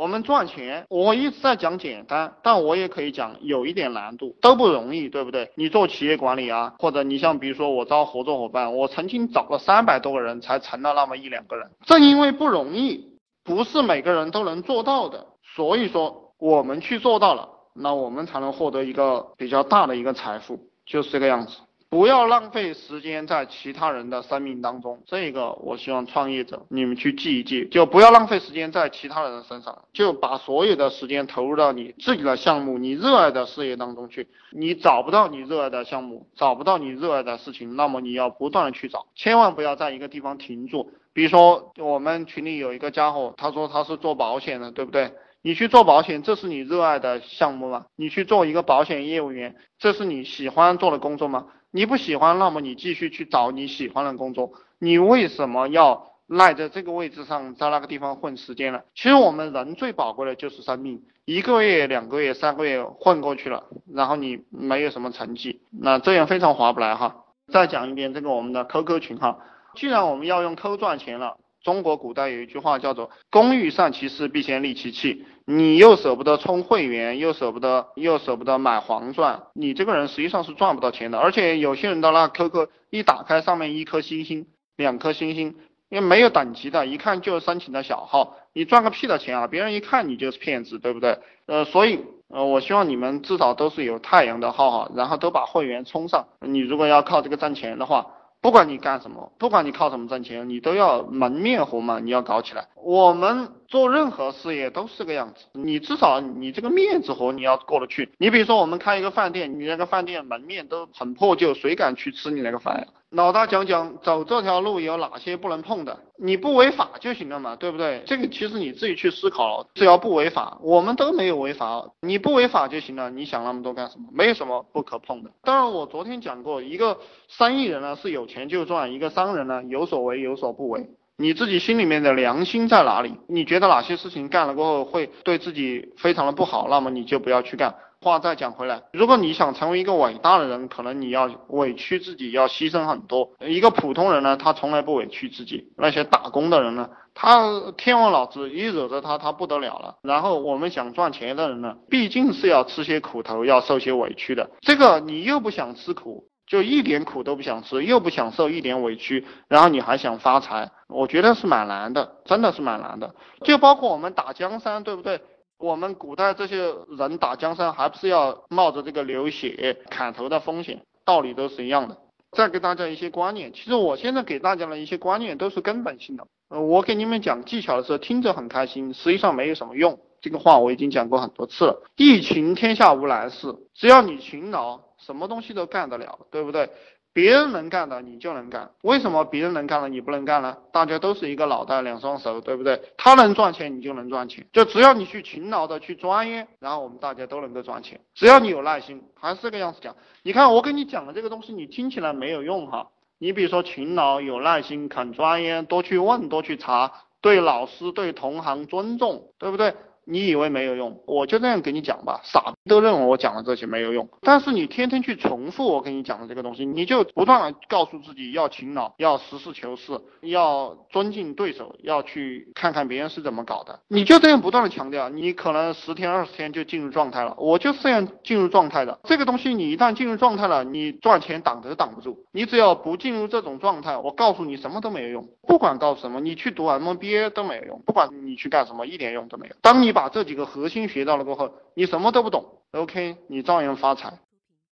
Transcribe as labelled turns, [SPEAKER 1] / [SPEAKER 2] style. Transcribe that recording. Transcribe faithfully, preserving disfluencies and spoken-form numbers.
[SPEAKER 1] 我们赚钱，我一直在讲简单，但我也可以讲有一点难度，都不容易，对不对？你做企业管理啊，或者你像比如说我招合作伙伴，我曾经找了三百多个人才成了那么一两个人，正因为不容易，不是每个人都能做到的，所以说我们去做到了，那我们才能获得一个比较大的一个财富，就是这个样子。不要浪费时间在其他人的生命当中，这个我希望创业者你们去记一记，就不要浪费时间在其他人的身上，就把所有的时间投入到你自己的项目、你热爱的事业当中去。你找不到你热爱的项目，找不到你热爱的事情，那么你要不断的去找，千万不要在一个地方停住。比如说我们群里有一个家伙，他说他是做保险的，对不对？你去做保险，这是你热爱的项目吗？你去做一个保险业务员，这是你喜欢做的工作吗？你不喜欢，那么你继续去找你喜欢的工作。你为什么要赖在这个位置上，在那个地方混时间呢？其实我们人最宝贵的就是生命，一个月、两个月、三个月混过去了，然后你没有什么成绩，那这样非常划不来哈。再讲一遍这个我们的 Q Q 群哈，既然我们要用 Q Q 赚钱了，中国古代有一句话叫做工欲善其事，必先利其器。你又舍不得充会员，又舍不得又舍不得买黄钻，你这个人实际上是赚不到钱的。而且有些人的那 Q Q 一打开，上面一颗星星，两颗星星，因为没有等级的，一看就是申请的小号，你赚个屁的钱啊！别人一看你就是骗子，对不对？呃，所以呃，我希望你们至少都是有太阳的号哈，然后都把会员充上。你如果要靠这个挣钱的话，不管你干什么，不管你靠什么挣钱，你都要门面活嘛，你要搞起来。我们做任何事业都是这个样子，你至少你这个面子活你要过得去。你比如说我们开一个饭店，你那个饭店门面都很破旧，谁敢去吃你那个饭呀？老大讲讲走这条路有哪些不能碰的，你不违法就行了嘛，对不对？这个其实你自己去思考，只要不违法，我们都没有违法，你不违法就行了，你想那么多干什么？没有什么不可碰的。当然我昨天讲过，一个生意人呢是有钱就赚，一个商人呢有所为有所不为。你自己心里面的良心在哪里？你觉得哪些事情干了过后会对自己非常的不好，那么你就不要去干。话再讲回来，如果你想成为一个伟大的人，可能你要委屈自己，要牺牲很多。一个普通人呢，他从来不委屈自己。那些打工的人呢，他天王老子一惹着他，他不得了了。然后我们想赚钱的人呢，毕竟是要吃些苦头，要受些委屈的。这个你又不想吃苦，就一点苦都不想吃，又不想受一点委屈，然后你还想发财，我觉得是蛮难的，真的是蛮难的。就包括我们打江山，对不对？我们古代这些人打江山，还不是要冒着这个流血砍头的风险，道理都是一样的。再给大家一些观念，其实我现在给大家的一些观念都是根本性的。呃，我给你们讲技巧的时候听着很开心，实际上没有什么用。这个话我已经讲过很多次了。疫情天下无难事，只要你勤劳，什么东西都干得了，对不对？别人能干的你就能干，为什么别人能干了你不能干呢？大家都是一个脑袋两双手，对不对？他能赚钱你就能赚钱，就只要你去勤劳的去钻研，然后我们大家都能够赚钱。只要你有耐心，还是这个样子讲。你看我跟你讲的这个东西你听起来没有用哈，你比如说勤劳有耐心肯钻研，多去问多去查，对老师对同行尊重，对不对？你以为没有用，我就这样给你讲吧，傻逼都认为我讲的这些没有用，但是你天天去重复我跟你讲的这个东西，你就不断的告诉自己要勤劳，要实事求是，要尊敬对手，要去看看别人是怎么搞的，你就这样不断的强调，你可能十天二十天就进入状态了。我就是这样进入状态的。这个东西你一旦进入状态了，你赚钱挡都挡不住。你只要不进入这种状态，我告诉你什么都没有用，不管告诉什么，你去读 M B A 都没有用，不管你去干什么一点用都没有。当你把这几个核心学到了过后，你什么都不懂 ，OK， 你照样发财。